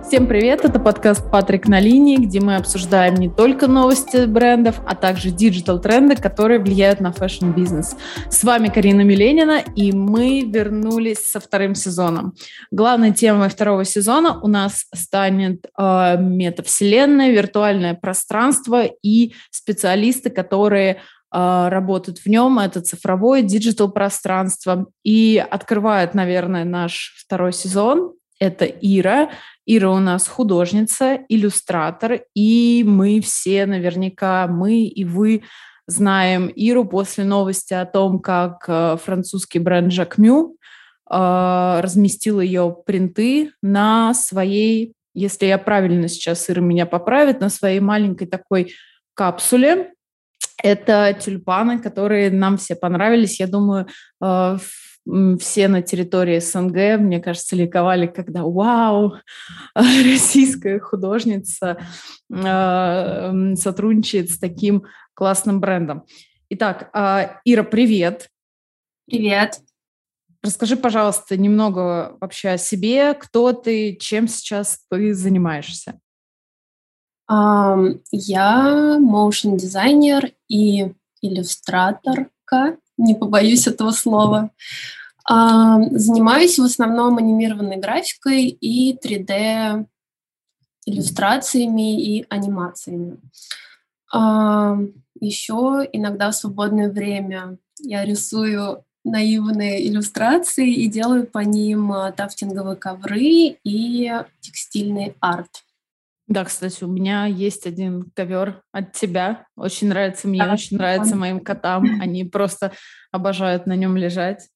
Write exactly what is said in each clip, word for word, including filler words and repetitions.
Всем привет, это подкаст «Патрик на линии», где мы обсуждаем не только новости брендов, а также диджитал-тренды, которые влияют на фэшн-бизнес. С вами Карина Миленина, и мы вернулись со вторым сезоном. Главной темой второго сезона у нас станет э, метавселенная, виртуальное пространство и специалисты, которые э, работают в нем. Это цифровое диджитал-пространство. И открывает, наверное, наш второй сезон. Это Ира. Ира у нас художница, иллюстратор, и мы все наверняка, мы и вы знаем Иру после новости о том, как э, французский бренд Jacquemus э, разместил ее принты на своей, если я правильно сейчас, Ира меня поправит, на своей маленькой такой капсуле. Это тюльпаны, которые нам все понравились. Я думаю, э, все на территории СНГ, мне кажется, ликовали, когда «Вау, российская художница э, сотрудничает с таким классным брендом». Итак, э, Ира, привет. Привет. Расскажи, пожалуйста, немного вообще о себе. Кто ты, чем сейчас ты занимаешься? Um, я моушн-дизайнер и иллюстраторка, не побоюсь этого слова. Uh, занимаюсь в основном анимированной графикой и три дэ-иллюстрациями и анимациями. Uh, еще иногда в свободное время я рисую наивные иллюстрации и делаю по ним тафтинговые ковры и текстильный арт. Да, кстати, у меня есть один ковер от тебя. Очень нравится мне, Да, очень нравится он... моим котам. Они просто обожают на нем лежать.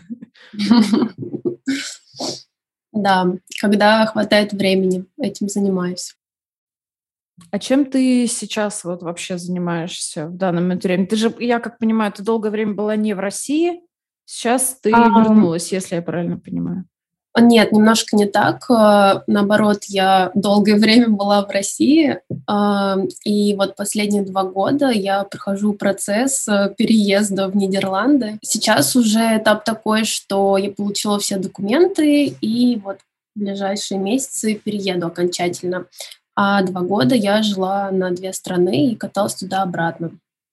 Да, когда хватает времени, этим занимаюсь. А чем ты сейчас вот вообще занимаешься в данное время? Ты же, я как понимаю, ты долгое время была не в России, сейчас ты А, вернулась, если я правильно понимаю. Нет, немножко не так. Наоборот, я долгое время была в России, и вот последние два года я прохожу процесс переезда в Нидерланды. Сейчас уже этап такой, что я получила все документы, и вот в ближайшие месяцы перееду окончательно. А два года я жила на две страны и каталась туда-обратно.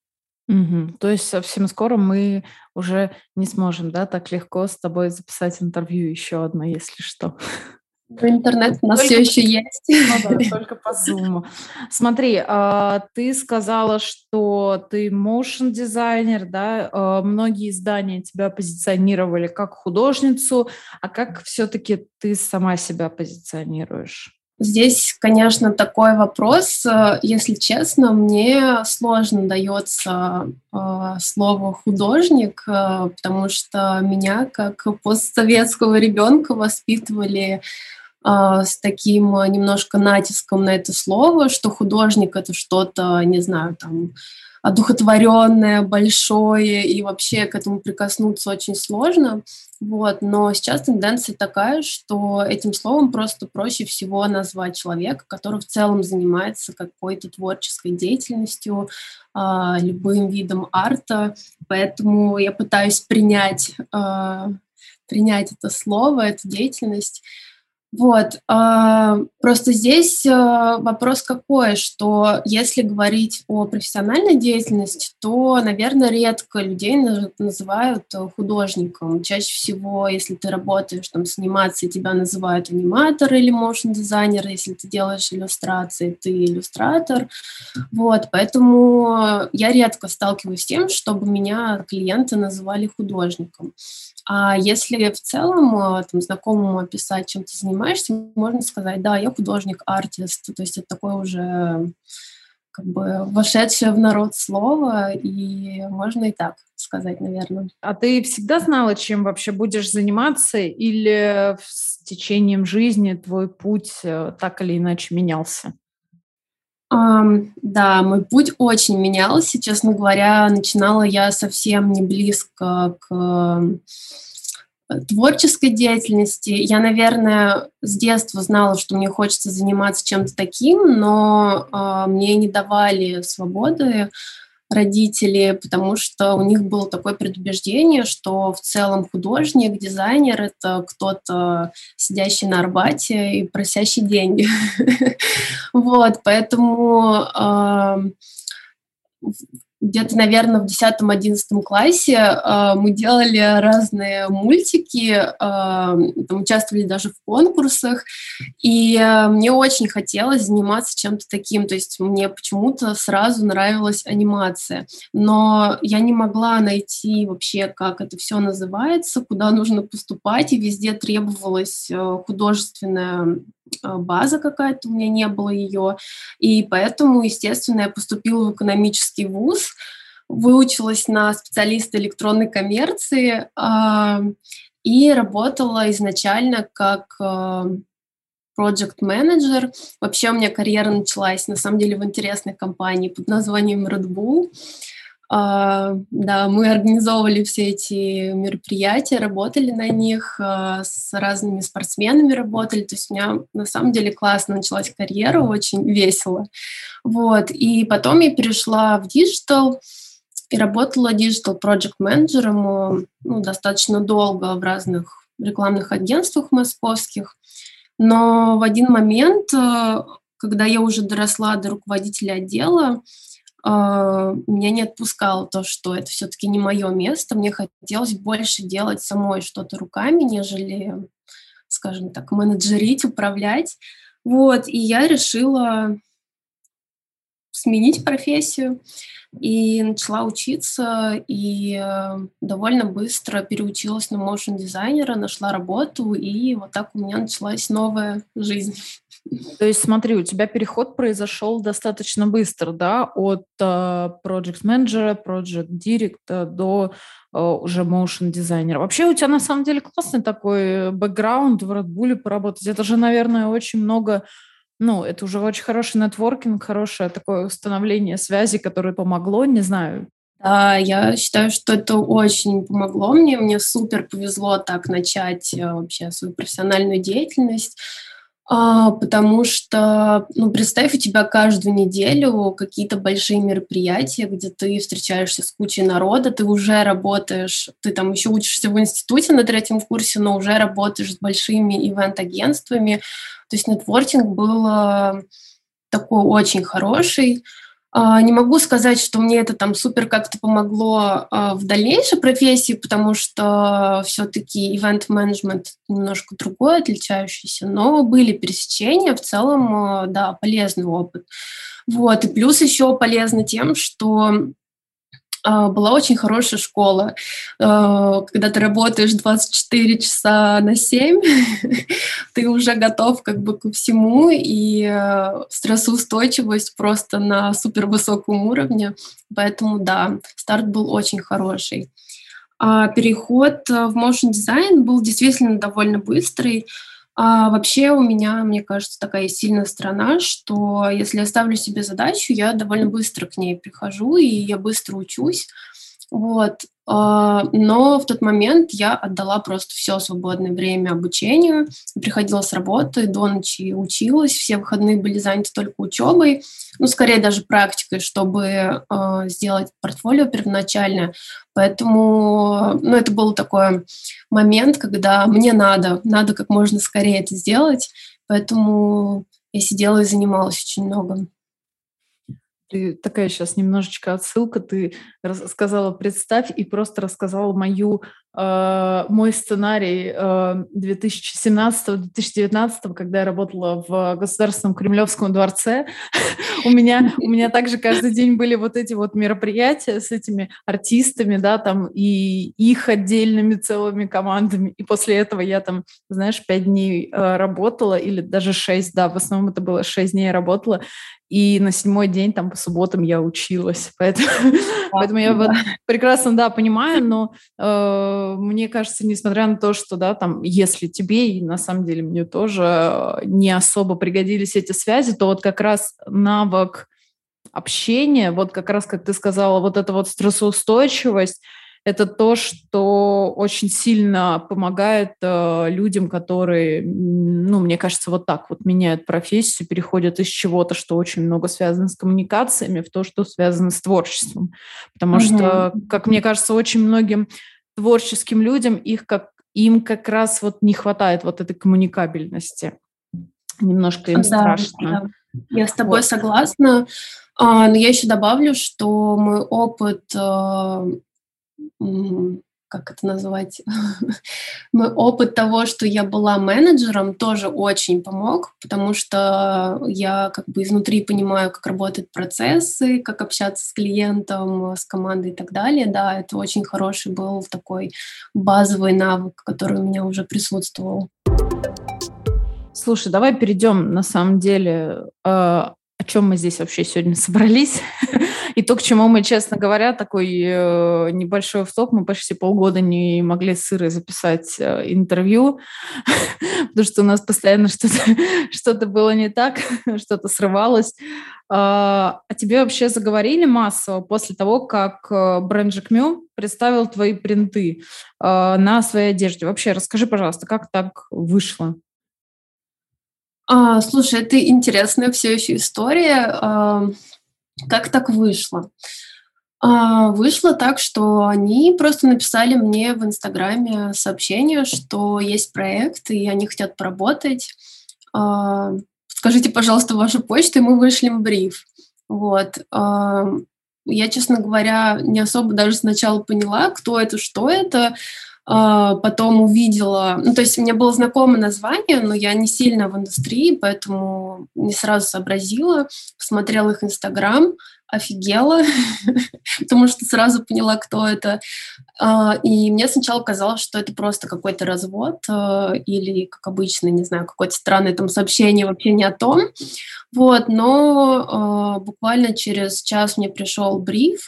Угу. То есть совсем скоро мы уже не сможем, да, так легко с тобой записать интервью еще одно, если что. Интернет у нас Только все еще есть. Ну да, только по Zoom. Смотри, а, ты сказала, что ты моушн-дизайнер, да? А, многие издания тебя позиционировали как художницу, а как все-таки ты сама себя позиционируешь? Здесь, конечно, такой вопрос. Если честно, мне сложно дается э, слово «художник», э, потому что меня, как постсоветского ребенка, воспитывали э, с таким немножко натиском на это слово, что художник — это что-то, не знаю, там, одухотворенное, большое, и вообще к этому прикоснуться очень сложно. Вот. Но сейчас тенденция такая, что этим словом просто проще всего назвать человека, который в целом занимается какой-то творческой деятельностью, э, любым видом арта. Поэтому я пытаюсь принять, э, принять это слово, эту деятельность. Вот, а, просто здесь а, вопрос какой, что если говорить о профессиональной деятельности, то, наверное, редко людей наз- называют э, художником. Чаще всего, если ты работаешь там с анимацией, тебя называют аниматор или моушн-дизайнер, если ты делаешь иллюстрации, ты иллюстратор. Вот, поэтому я редко сталкиваюсь с тем, чтобы меня клиенты называли художником. А если в целом э, там, знакомому описать, чем ты занимаешься, можно сказать: да, я художник, артист. То есть это такое уже как бы вошедшее в народ слово, и можно и так сказать, наверное. А ты всегда знала, чем вообще будешь заниматься, или с течением жизни твой путь э, так или иначе менялся? Ам, да, мой путь очень менялся. Честно говоря, начинала я совсем не близко к э, творческой деятельности. Я, наверное, с детства знала, что мне хочется заниматься чем-то таким, но а, мне не давали свободы родители, потому что у них было такое предубеждение, что в целом художник, дизайнер — это кто-то, сидящий на Арбате и просящий деньги. Вот, поэтому где-то, наверное, в десятом-одиннадцатом классе э, мы делали разные мультики, э, там, участвовали даже в конкурсах, и э, мне очень хотелось заниматься чем-то таким, то есть мне почему-то сразу нравилась анимация, но я не могла найти вообще, как это все называется, куда нужно поступать, и везде требовалась э, художественная база какая-то, у меня не было ее, и поэтому, естественно, я поступила в экономический вуз, выучилась на специалиста электронной коммерции э, и работала изначально как э, проект-менеджер. Вообще у меня карьера началась, на самом деле, в интересной компании под названием Red Bull. Uh, да, мы организовывали все эти мероприятия, работали на них, uh, с разными спортсменами работали, то есть у меня на самом деле классно началась карьера, очень весело. Вот. И потом я перешла в диджитал и работала диджитал-проект-менеджером ну, достаточно долго в разных рекламных агентствах московских, но в один момент, когда я уже доросла до руководителя отдела, меня не отпускало то, что это все-таки не мое место. Мне хотелось больше делать самой что-то руками, нежели, скажем так, менеджерить, управлять. Вот, и я решила сменить профессию и начала учиться, и довольно быстро переучилась на моушн-дизайнера, нашла работу, и вот так у меня началась новая жизнь. То есть, смотри, у тебя переход произошел достаточно быстро, да, от проект-менеджера, проект-директора до uh, уже моушн-дизайнера. Вообще у тебя на самом деле классный такой бэкграунд в Red Bull поработать. Это же, наверное, очень много, ну, это уже очень хороший нетворкинг, хорошее такое установление связи, которое помогло, не знаю. Да, я считаю, что это очень помогло мне. Мне супер повезло так начать вообще свою профессиональную деятельность. А, потому что, ну, представь, у тебя каждую неделю какие-то большие мероприятия, где ты встречаешься с кучей народа, ты уже работаешь, ты там еще учишься в институте на третьем курсе, но уже работаешь с большими ивент-агентствами. То есть нетворкинг был такой очень хороший. Не могу сказать, что мне это там супер как-то помогло в дальнейшей профессии, потому что все-таки ивент-менеджмент немножко другой, отличающийся, но были пересечения, в целом, да, полезный опыт. Вот, и плюс еще полезно тем, что была очень хорошая школа. Когда ты работаешь двадцать четыре часа на семь, ты уже готов как бы ко всему, и стрессоустойчивость просто на супервысоком уровне. Поэтому, да, старт был очень хороший. А переход в motion дизайн был действительно довольно быстрый. А вообще у меня, мне кажется, такая сильная сторона, что если я ставлю себе задачу, я довольно быстро к ней прихожу, и я быстро учусь. Вот. Но в тот момент я отдала просто все свободное время обучению, приходила с работы, до ночи училась, все выходные были заняты только учебой, ну, скорее даже практикой, чтобы э, сделать портфолио первоначально. Поэтому, ну, это был такой момент, когда мне надо, надо как можно скорее это сделать, поэтому я сидела и занималась очень много. Ты такая сейчас немножечко отсылка, ты рассказала «представь» и просто рассказала мою, э, мой сценарий э, две тысячи семнадцатого - две тысячи девятнадцатого, когда я работала в Государственном Кремлевском дворце. У меня, у меня также каждый день были вот эти вот мероприятия с этими артистами, да, там, и их отдельными целыми командами. И после этого я там, знаешь, пять дней э, работала, или даже шесть, да, в основном это было шесть дней я работала, и на седьмой день там по субботам я училась. Поэтому, поэтому я вот прекрасно, да, понимаю, но э, мне кажется, несмотря на то, что, да, там, если тебе, и на самом деле мне тоже не особо пригодились эти связи, то вот как раз навык общения, вот как раз, как ты сказала, вот эта вот стрессоустойчивость, это то, что очень сильно помогает э, людям, которые, ну, мне кажется, вот так вот меняют профессию, переходят из чего-то, что очень много связано с коммуникациями, в то, что связано с творчеством. Потому Мгм. что, как мне кажется, очень многим творческим людям их как, им как раз вот не хватает вот этой коммуникабельности. Немножко им Да, страшно. да, я с тобой Вот. согласна. А, но я еще добавлю, что мой опыт, а, м, как это назвать, мой опыт того, что я была менеджером, тоже очень помог, потому что я как бы изнутри понимаю, как работают процессы, как общаться с клиентом, с командой и так далее. Да, это очень хороший был такой базовый навык, который у меня уже присутствовал. Слушай, давай перейдем на самом деле, э, о чем мы здесь вообще сегодня собрались, и то, к чему мы, честно говоря, такой э, небольшой офф-топ, мы почти полгода не могли с Ирой записать э, интервью, потому что у нас постоянно что-то что было не так, что-то срывалось. А а тебе вообще заговорили массово после того, как э, бренд Jacquemus представил твои принты э, на своей одежде? Вообще, расскажи, пожалуйста, как так вышло? А, слушай, это интересная все еще история. А, как так вышло? А, вышло так, что они просто написали мне в "Инстаграме" сообщение, что есть проект, и они хотят поработать. А, скажите, пожалуйста, вашу почту, и мы вышлем бриф. Вот. Ам, я, честно говоря, не особо даже сначала поняла, кто это, что это. А, потом увидела, ну, то есть мне было знакомо название, но я не сильно в индустрии, поэтому не сразу сообразила. Посмотрела их "Инстаграм", офигела, потому что сразу поняла, кто это. А, и мне сначала казалось, что это просто какой-то развод, э, или, как обычно, не знаю, какое-то странное там сообщение вообще не о том. Вот, но, а, буквально через час мне пришел бриф,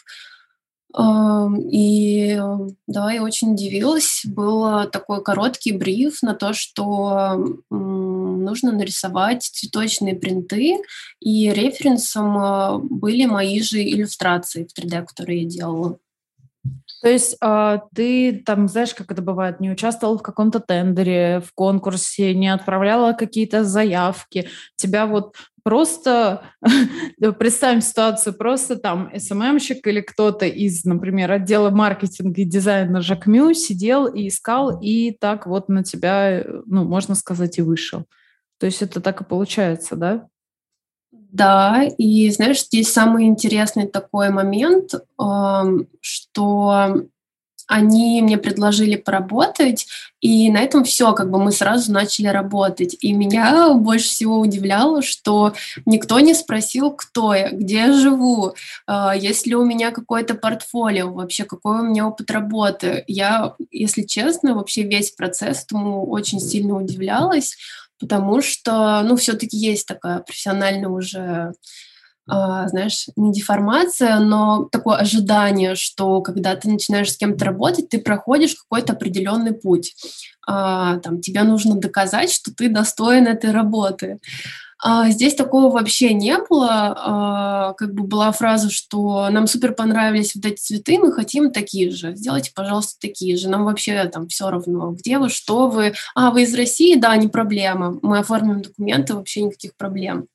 ам, и, э, да, я очень удивилась. Был э, такой короткий бриф на то, что, м, нужно нарисовать цветочные принты, и референсом, а, были мои же иллюстрации в три дэ, которые я делала. То есть, а, ты там, знаешь, как это бывает, не участвовала в каком-то тендере, в конкурсе, не отправляла какие-то заявки. Тебя вот просто, да, представим ситуацию, просто там эс эм эм-щик или кто-то из, например, отдела маркетинга и дизайна Jacquemus сидел и искал, и так вот на тебя, э, ну, можно сказать, и вышел. То есть это так и получается, да? Да, и знаешь, здесь самый интересный такой момент, ам, что они мне предложили поработать, и на этом все, как бы мы сразу начали работать. И меня больше всего удивляло, что никто не спросил, кто я, где я живу, а, есть ли у меня какое-то портфолио, вообще какой у меня опыт работы. Я, если честно, вообще весь процесс этому очень сильно удивлялась, потому что, ну, все таки есть такая профессиональная уже, а, знаешь, не деформация, но такое ожидание, что когда ты начинаешь с кем-то работать, ты проходишь какой-то определенный путь. А, там тебе нужно доказать, что ты достоин этой работы. А здесь такого вообще не было. А, как бы была фраза, что нам супер понравились вот эти цветы, мы хотим такие же. Сделайте, пожалуйста, такие же. Нам вообще там все равно, где вы, что вы. А, вы из России? Да, не проблема. Мы оформим документы, вообще никаких проблем.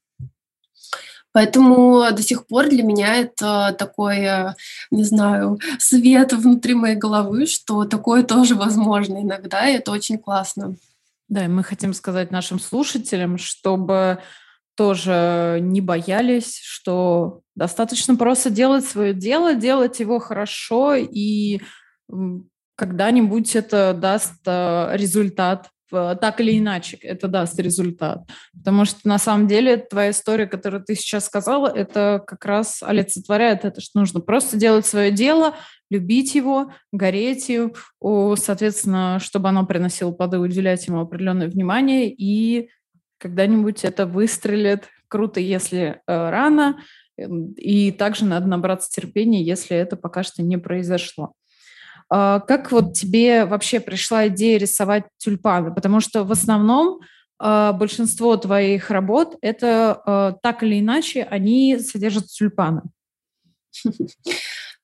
Поэтому до сих пор для меня это такой, э, не знаю, свет внутри моей головы, что такое тоже возможно иногда, и это очень классно. Да, и мы хотим сказать нашим слушателям, чтобы тоже не боялись, что достаточно просто делать свое дело, делать его хорошо, и м, когда-нибудь это даст э, результат. Э, Так или иначе, это даст результат. Потому что на самом деле твоя история, которую ты сейчас сказала, это как раз олицетворяет это, что нужно просто делать свое дело, любить его, гореть им, о, соответственно, чтобы оно приносило плоды, уделять ему определенное внимание, и когда-нибудь это выстрелит. Круто, если э, рано, эм, и также надо набраться терпения, если это пока что не произошло. А как вот тебе вообще пришла идея рисовать тюльпаны? Потому что в основном э, большинство твоих работ это э, так или иначе они содержат тюльпаны.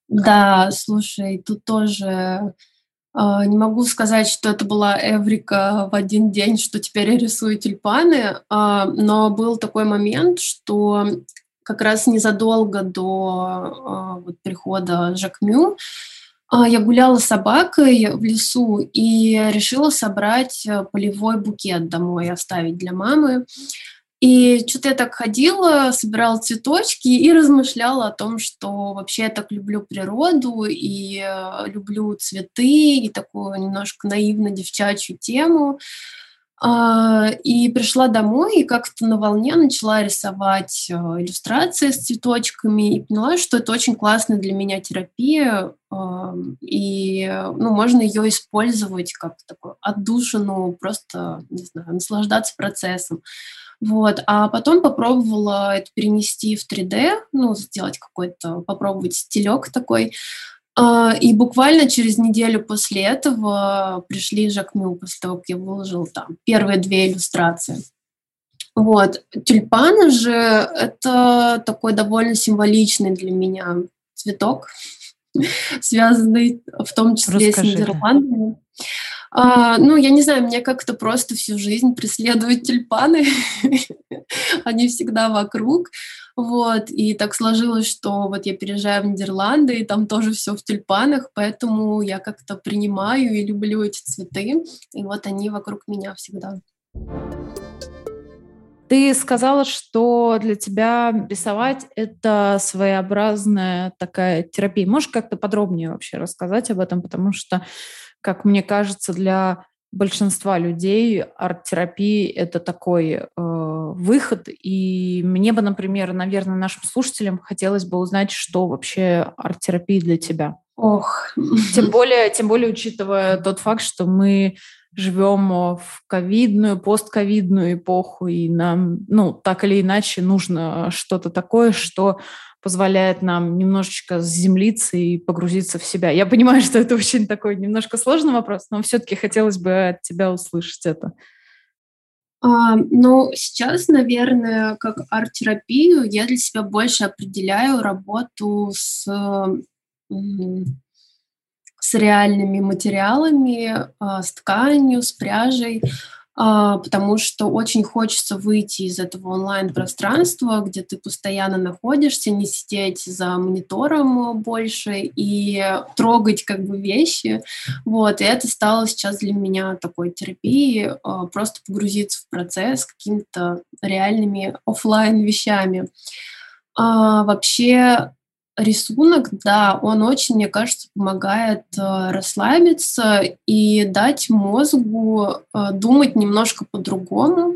Да, слушай, тут тоже а, не могу сказать, что это была эврика в один день, что теперь я рисую тюльпаны, а, но был такой момент, что как раз незадолго до а, вот прихода Жакмю а, я гуляла с собакой в лесу и решила собрать э, полевой букет домой, оставить для мамы. И что-то я так ходила, собирала цветочки и размышляла о том, что вообще я так люблю природу и э, люблю цветы и такую немножко наивно-девчачью тему. А, и пришла домой и как-то на волне начала рисовать э, иллюстрации с цветочками и поняла, что это очень классная для меня терапия, ам, и э, ну, можно ее использовать как такую отдушину, просто, не знаю, наслаждаться процессом. Вот, а потом попробовала это перенести в три дэ, ну, сделать какой-то, попробовать стилек такой. А, и буквально через неделю после этого пришли Жакмю, после того, как я выложила там первые две иллюстрации. Вот. Тюльпаны же — это такой довольно символичный для меня цветок, связанный в том числе с Расскажи, да. Нидерландами. А, ну, я не знаю, меня как-то просто всю жизнь преследуют тюльпаны. Они всегда вокруг. Вот. И так сложилось, что вот я переезжаю в Нидерланды, и там тоже все в тюльпанах, поэтому я как-то принимаю и люблю эти цветы. И вот они вокруг меня всегда. Ты сказала, что для тебя рисовать — это своеобразная такая терапия. Можешь как-то подробнее вообще рассказать об этом? Потому что, как мне кажется, для большинства людей арт-терапия — это такой э, выход. И мне бы, например, наверное, нашим слушателям хотелось бы узнать, что вообще арт-терапия для тебя. Ох. Тем более, тем более, учитывая тот факт, что мы живем в ковидную, постковидную эпоху, и нам, ну, так или иначе нужно что-то такое, что позволяет нам немножечко заземлиться и погрузиться в себя. Я понимаю, что это очень такой немножко сложный вопрос, но все-таки хотелось бы от тебя услышать это. А, ну, сейчас, наверное, как арт-терапию я для себя больше определяю работу с, м, с реальными материалами, а, с тканью, с пряжей, а, потому что очень хочется выйти из этого онлайн-пространства, где ты постоянно находишься, не сидеть за монитором больше и трогать как бы вещи. Вот, и это стало сейчас для меня такой терапией, а, просто погрузиться в процесс какими-то реальными оффлайн вещами. А, вообще рисунок, да, он очень, мне кажется, помогает, э, расслабиться и дать мозгу, э, думать немножко по-другому.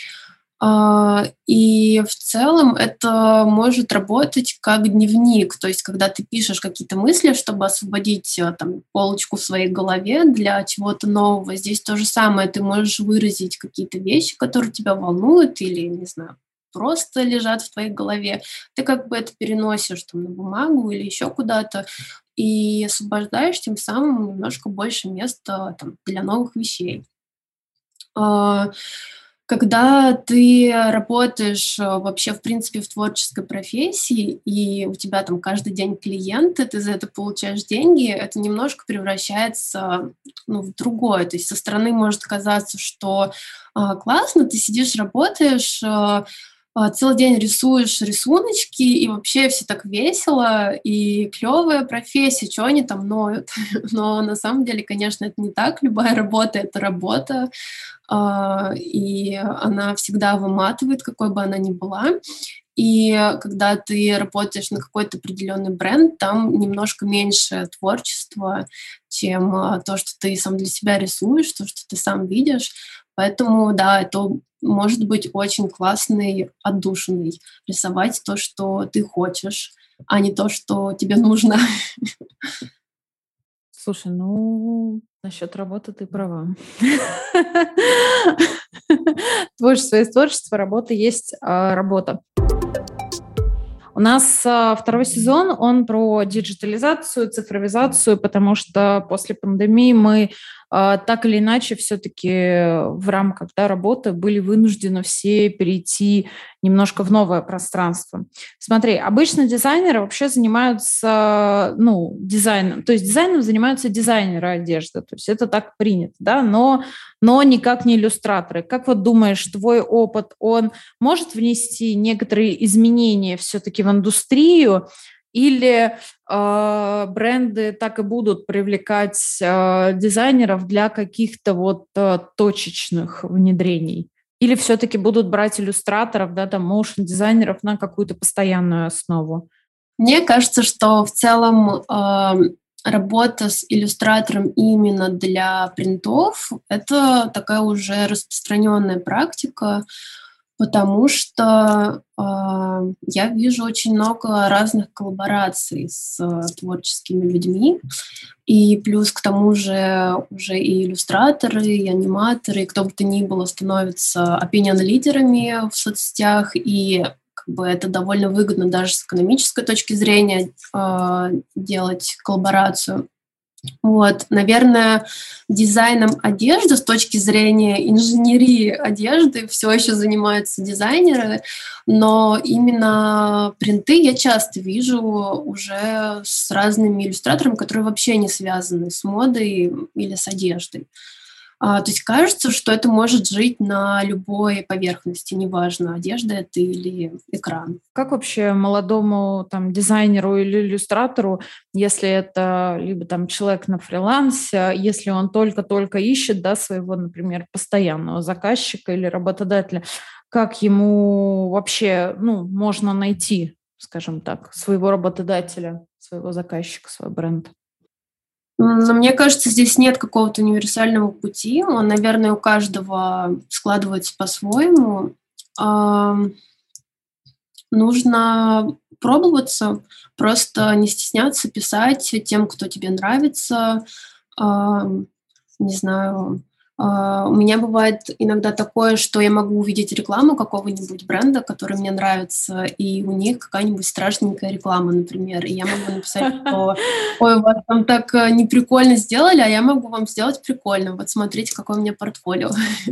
А, и в целом это может работать как дневник. То есть когда ты пишешь какие-то мысли, чтобы освободить, э, там, полочку в своей голове для чего-то нового, здесь то же самое. Ты можешь выразить какие-то вещи, которые тебя волнуют или, не знаю, просто лежат в твоей голове. Ты как бы это переносишь там на бумагу или еще куда-то и освобождаешь тем самым немножко больше места там для новых вещей. А, Когда ты работаешь, э, вообще, в принципе, в творческой профессии, и у тебя там каждый день клиенты, ты за это получаешь деньги, это немножко превращается, ну, в другое. То есть со стороны может казаться, что, а, классно, ты сидишь, работаешь, э, а, целый день рисуешь рисуночки, и вообще все так весело, и клевая профессия, чё они там ноют? Но на самом деле, конечно, это не так. Любая работа — это работа, а, и она всегда выматывает, какой бы она ни была. И когда ты работаешь на какой-то определенный бренд, там немножко меньше творчества, чем а, то, что ты сам для себя рисуешь, то, что ты сам видишь. Поэтому, да, это может быть очень классный, отдушиной рисовать то, что ты хочешь, а не то, что тебе нужно. Слушай, ну, насчет работы ты права. Творчество есть творчество, работа есть а, работа. У нас а, второй сезон, он про диджитализацию, цифровизацию, потому что после пандемии мы так или иначе все-таки в рамках, да, работы были вынуждены все перейти немножко в новое пространство. Смотри, обычно дизайнеры вообще занимаются, ну, дизайном, то есть дизайном занимаются дизайнеры одежды, то есть это так принято, да, но, но никак не иллюстраторы. Как вот думаешь, твой опыт, он может внести некоторые изменения все-таки в индустрию, или э, бренды так и будут привлекать э, дизайнеров для каких-то вот э, точечных внедрений? Или все-таки будут брать иллюстраторов, да, там, моушн-дизайнеров на какую-то постоянную основу? Мне кажется, что в целом э, работа с иллюстратором именно для принтов — это такая уже распространенная практика, потому что э, я вижу очень много разных коллабораций с э, творческими людьми, и плюс к тому же уже и иллюстраторы, и аниматоры, и кто бы то ни было становятся opinion-лидерами в соцсетях, и как бы это довольно выгодно даже с экономической точки зрения э, делать коллаборацию. Вот, наверное, дизайном одежды с точки зрения инженерии одежды все еще занимаются дизайнеры, но именно принты я часто вижу уже с разными иллюстраторами, которые вообще не связаны с модой или с одеждой. А, то есть кажется, что это может жить на любой поверхности, неважно, одежда это или экран. Как вообще молодому там дизайнеру или иллюстратору, если это либо там человек на фрилансе, если он только-только ищет, да, своего, например, постоянного заказчика или работодателя, как ему вообще, ну, можно найти, скажем так, своего работодателя, своего заказчика, свой бренд? Но мне кажется, здесь нет какого-то универсального пути. Он, наверное, у каждого складывается по-своему. А, нужно пробоваться, просто не стесняться писать тем, кто тебе нравится. А, не знаю. А, у меня бывает иногда такое, что я могу увидеть рекламу какого-нибудь бренда, который мне нравится, и у них какая-нибудь страшненькая реклама, например, и я могу написать, что ой, у вас там так э, неприкольно сделали, а я могу вам сделать прикольно. Вот смотрите, какое у меня портфолио.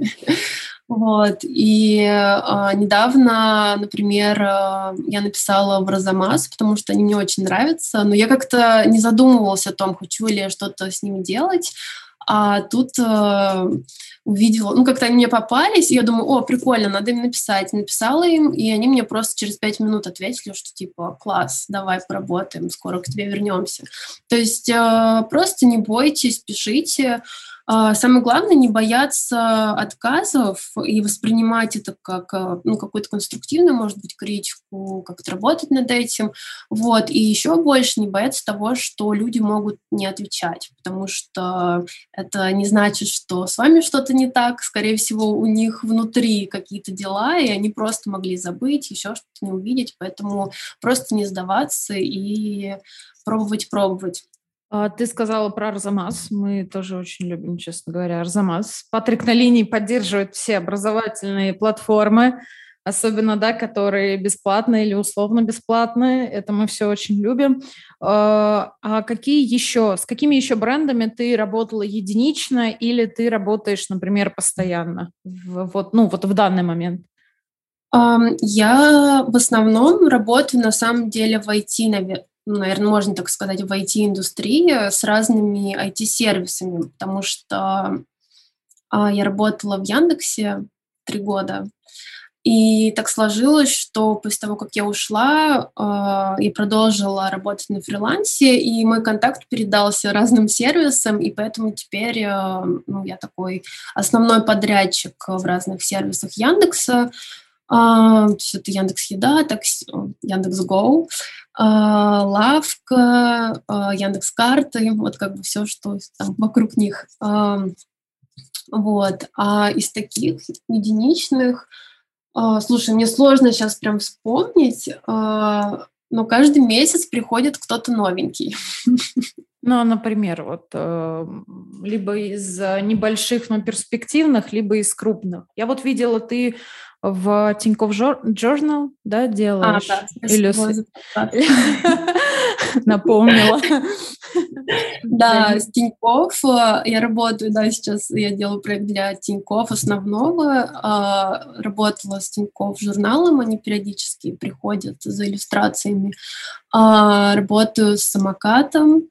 Вот. И а, недавно, например, а, я написала в Розамас, потому что они мне очень нравятся, но я как-то не задумывалась о том, хочу ли я что-то с ними делать. А тут э, увидела, ну, как-то они мне попались, и я думаю, о, прикольно, надо им написать. Написала им, и они мне просто через пять минут ответили, что типа, класс, давай поработаем, скоро к тебе вернемся. То есть э, просто не бойтесь, пишите. Э, самое главное, не бояться отказов и воспринимать это как, э, ну, какую-то конструктивную, может быть, критику, как-то работать над этим. Вот. И еще больше не бояться того, что люди могут не отвечать, потому что это не значит, что с вами что-то не так. Скорее всего, у них внутри какие-то дела, и они просто могли забыть, еще что-то не увидеть. Поэтому просто не сдаваться и пробовать, пробовать. А, Ты сказала про Арзамас. Мы тоже очень любим, честно говоря, Арзамас. Патрик на линии поддерживает все образовательные платформы, особенно, да, которые бесплатные или условно бесплатные. Это мы все очень любим. А а какие еще, с какими еще брендами ты работала единично или ты работаешь, например, постоянно? В- вот, ну, вот в данный момент. Ам, Я в основном работаю на самом деле в ай ти, наверное, можно так сказать, в ай ти-индустрии с разными ай ти-сервисами, потому что а, я работала в Яндексе три года, и так сложилось, что после того, как я ушла, а, я продолжила работать на фрилансе, и мой контакт передался разным сервисам, и поэтому теперь а, ну, я такой основной подрядчик в разных сервисах Яндекса. А, то есть это Яндекс.Еда, такси, Яндекс.Го, а, Лавка, а, Яндекс.Карты, вот как бы все, что там вокруг них. А, вот. А из таких единичных, а, слушай, мне сложно сейчас прям вспомнить, а, но каждый месяц приходит кто-то новенький. Ну, а, например, вот э, либо из э, небольших, но перспективных, либо из крупных. Я вот видела, ты в Тинькофф Жор- Journal, да, А, делаешь? да, Или спасибо с- за подсказку. напомнила. Да, с Тинькофф. Я работаю, да, сейчас я делаю проект для Тинькофф основного. А, Работала с Тинькофф журналом, они периодически приходят за иллюстрациями. А, Работаю с самокатом.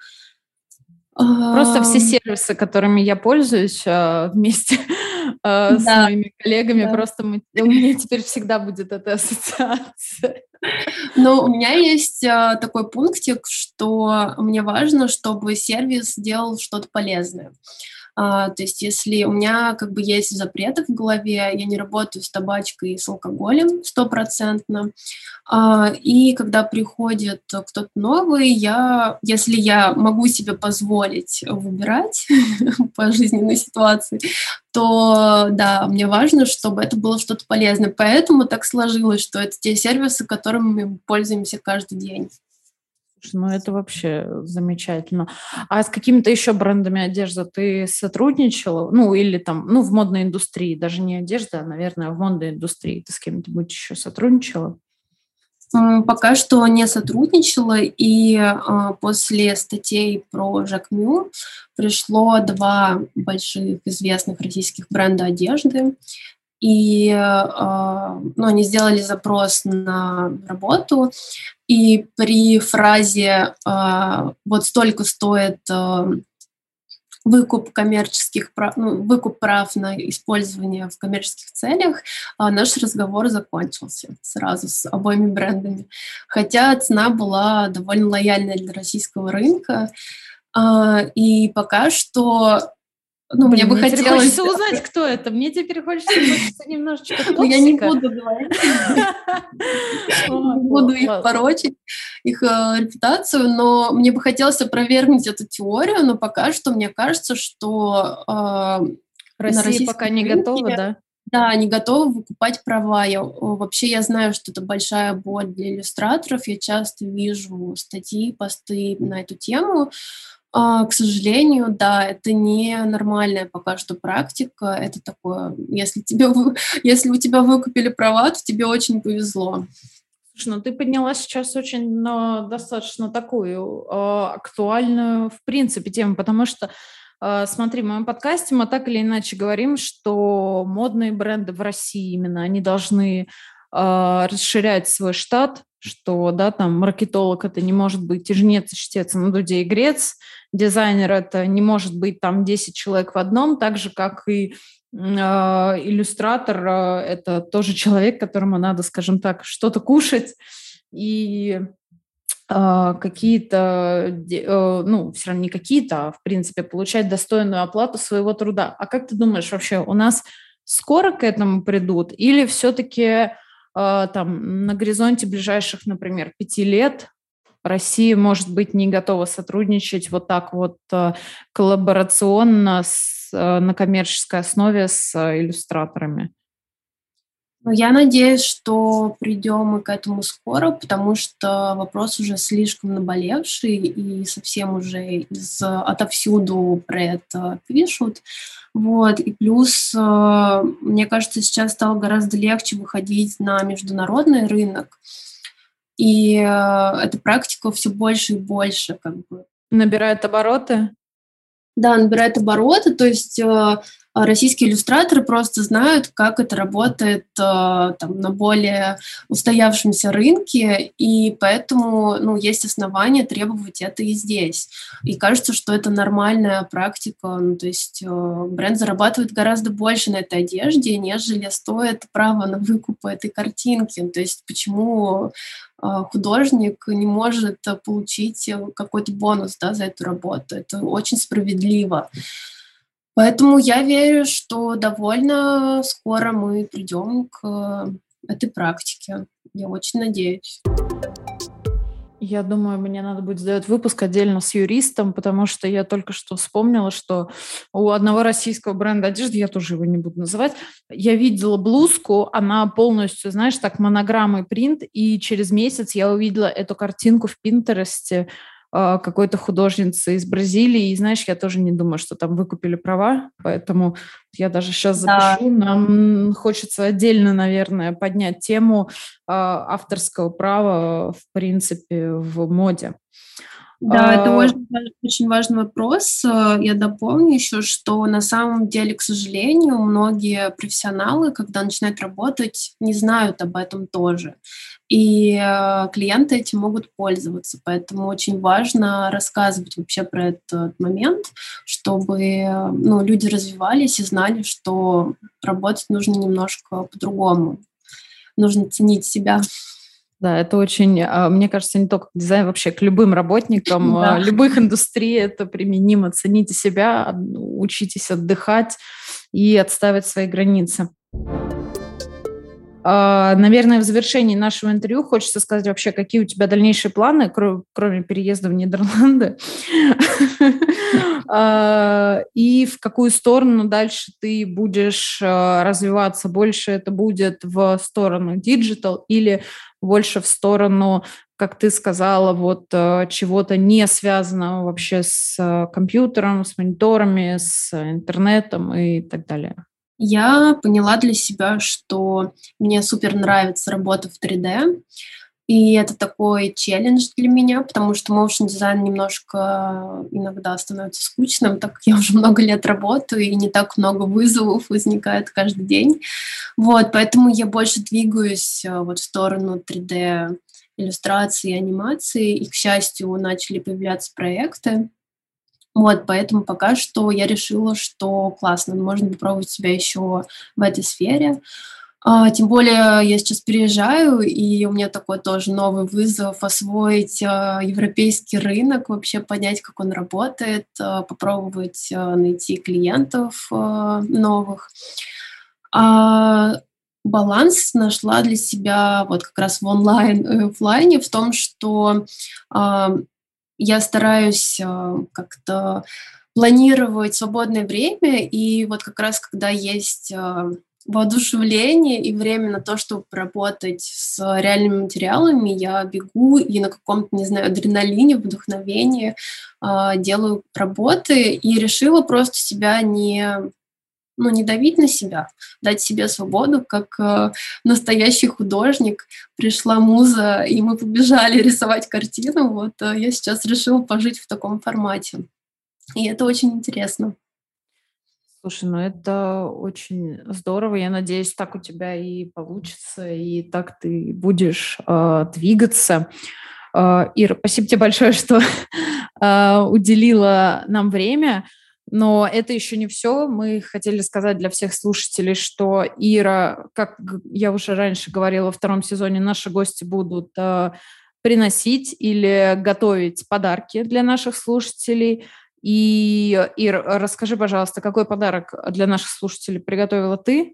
Просто А, все сервисы, которыми я пользуюсь а, вместе а, с Да, моими коллегами, да. просто мы- у меня теперь всегда будет эта ассоциация. Но у меня есть а, такой пунктик, что мне важно, чтобы сервис делал что-то полезное. А, то есть если у меня как бы есть запреты в голове, я не работаю с табачкой и с алкоголем стопроцентно. А, и когда приходит кто-то новый, я, если я могу себе позволить выбирать по жизненной ситуации, то да, мне важно, чтобы это было что-то полезное. Поэтому так сложилось, что это те сервисы, которыми мы пользуемся каждый день. Слушай, ну это вообще замечательно. А с какими-то еще брендами одежды ты сотрудничала? Ну, или там, ну, в модной индустрии, даже не одежда, а, наверное, в модной индустрии ты с кем-нибудь еще сотрудничала? М, Пока что не сотрудничала, и а, после статей про Жакмю пришло два больших известных российских бренда одежды, и а, ну, они сделали запрос на работу, и при фразе а, «вот столько стоит а, выкуп коммерческих прав, ну, выкуп прав на использование в коммерческих целях», а, наш разговор закончился сразу с обоими брендами. Хотя цена была довольно лояльная для российского рынка. А, и пока что, ну, мне Блин, бы мне теперь хотелось, хочется узнать, кто это. Мне теперь хочется, хочется немножечко но я не токсика. буду говорить, Ой, не буду их ладно. порочить, их э, репутацию, но мне бы хотелось опровергнуть эту теорию, но пока что мне кажется, что э, на Россия пока российском не готова, рынке, да? да, они готовы выкупать права. Я, о, вообще я знаю, что это большая боль для иллюстраторов. Я часто вижу статьи, посты на эту тему. А, к сожалению, да, это не нормальная пока что практика. Это такое, если тебе, вы- если у тебя выкупили права, то тебе очень повезло. Слушай, ну ты подняла сейчас очень, но достаточно такую э, актуальную, в принципе, тему, потому что, э, смотри, в моем подкасте мы так или иначе говорим, что модные бренды в России именно, они должны э, расширять свой штат, что, да, там, маркетолог это не может быть и жнец, и чтец, и на дуде и грец, дизайнер это не может быть там десять человек в одном, так же, как и а, иллюстратор а, это тоже человек, которому надо, скажем так, что-то кушать и а, какие-то, де- э, ну, все равно не какие-то, а в принципе получать достойную оплату своего труда. А как ты думаешь вообще, у нас скоро к этому придут или все-таки там на горизонте ближайших, например, пяти лет Россия, может быть, не готова сотрудничать вот так вот э, коллаборационно с, э, на коммерческой основе с э, иллюстраторами? Ну, я надеюсь, что придем мы к этому скоро, потому что вопрос уже слишком наболевший, и совсем уже из, отовсюду про это пишут. Вот. И плюс, э, мне кажется, сейчас стало гораздо легче выходить на международный рынок, и э, эта практика все больше и больше как бы Набирает обороты? да, набирает обороты, то есть э, а, российские иллюстраторы просто знают, как это работает э, там, на более устоявшемся рынке, и поэтому ну, есть основания требовать это и здесь. И кажется, что это нормальная практика, ну, то есть э, бренд зарабатывает гораздо больше на этой одежде, нежели стоит право на выкуп этой картинки. То есть почему а, художник не может а, получить э, какой-то бонус, да, за эту работу. Это очень справедливо. Поэтому я верю, что довольно скоро мы придем к э, этой практике. Я очень надеюсь. Я думаю, мне надо будет сделать выпуск отдельно с юристом, потому что я только что вспомнила, что у одного российского бренда одежды, я тоже его не буду называть, я видела блузку, она полностью, знаешь, так монограммой принт, и через месяц я увидела эту картинку в Пинтересте э, какой-то художницы из Бразилии, и знаешь, я тоже не думаю, что там выкупили права, поэтому я даже сейчас Да. запишу. Нам хочется отдельно, наверное, поднять тему а, авторского права, в принципе, в моде. Да, это очень, очень важный вопрос. Я дополню еще, что на самом деле, к сожалению, многие профессионалы, когда начинают работать, не знают об этом тоже. И клиенты этим могут пользоваться. Поэтому очень важно рассказывать вообще про этот момент, чтобы ну, люди развивались и знали, что работать нужно немножко по-другому. Нужно ценить себя. Да, это очень, мне кажется, не только к дизайну, вообще к любым работникам Да. любых индустрий это применимо. Цените себя, учитесь отдыхать и отстаивать свои границы. Наверное, в завершении нашего интервью хочется сказать вообще, какие у тебя дальнейшие планы, кроме переезда в Нидерланды, и в какую сторону дальше ты будешь развиваться. Больше это будет в сторону диджитал или больше в сторону, как ты сказала, вот чего-то не связанного вообще с компьютером, с мониторами, с интернетом и так далее? Я поняла для себя, что мне супер нравится работа в три дэ, и это такой челлендж для меня, потому что моушн дизайн немножко иногда становится скучным, так как я уже много лет работаю, и не так много вызовов возникает каждый день. Вот, поэтому я больше двигаюсь вот в сторону три дэ иллюстрации и анимации, и, к счастью, начали появляться проекты. Вот, поэтому пока что я решила, что классно, можно попробовать себя еще в этой сфере. А, тем более я сейчас переезжаю, и у меня такой тоже новый вызов освоить а, европейский рынок, вообще понять, как он работает, а, попробовать а, найти клиентов а, новых. А, баланс нашла для себя вот как раз в онлайн и офлайне в том, что а, я стараюсь э, как-то планировать свободное время, и вот как раз когда есть э, воодушевление и время на то, чтобы поработать с реальными материалами, я бегу и на каком-то, не знаю, адреналине, вдохновении э, делаю работы, и решила просто себя не... ну, не давить на себя, дать себе свободу, как э, настоящий художник. Пришла муза, и мы побежали рисовать картину. Вот э, я сейчас решила пожить в таком формате. И это очень интересно. Слушай, ну это очень здорово. Я надеюсь, так у тебя и получится, и так ты будешь э, двигаться. Э, Ира, спасибо тебе большое, что э, уделила нам время. Но это еще не все. Мы хотели сказать для всех слушателей, что Ира, как я уже раньше говорила, во втором сезоне наши гости будут э, приносить или готовить подарки для наших слушателей. И, Ир, расскажи, пожалуйста, какой подарок для наших слушателей приготовила ты?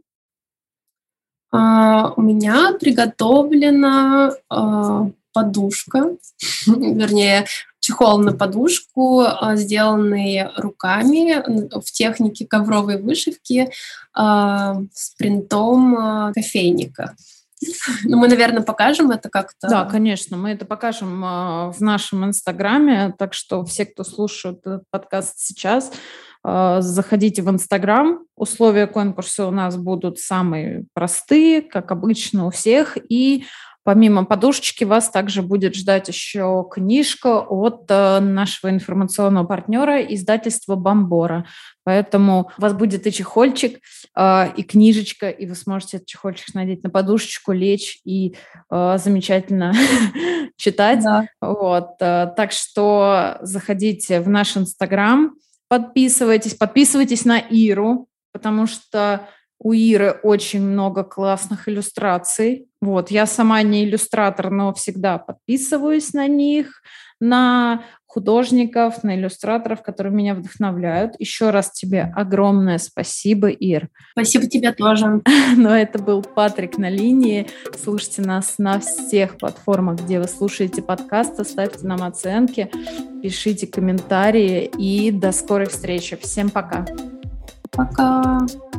А, у меня приготовлена а, подушка, вернее, чехол на подушку, сделанный руками в технике ковровой вышивки с принтом кофейника. Ну, мы, наверное, покажем это как-то. Да, конечно, мы это покажем в нашем инстаграме, так что все, кто слушает этот подкаст сейчас, заходите в инстаграм. Условия конкурса у нас будут самые простые, как обычно у всех, и помимо подушечки вас также будет ждать еще книжка от э, нашего информационного партнера издательства «Бомбора». Поэтому у вас будет и чехольчик, э, и книжечка, и вы сможете этот чехольчик надеть на подушечку, лечь и э, замечательно читать. Да. Вот, э, так что заходите в наш Инстаграм, подписывайтесь, подписывайтесь на Иру, потому что у Иры очень много классных иллюстраций. Вот, я сама не иллюстратор, но всегда подписываюсь на них, на художников, на иллюстраторов, которые меня вдохновляют. Еще раз тебе огромное спасибо, Ир. Спасибо тебе тоже. Но это был Патрик на линии. Слушайте нас на всех платформах, где вы слушаете подкасты, ставьте нам оценки, пишите комментарии и до скорой встречи. Всем пока. Пока.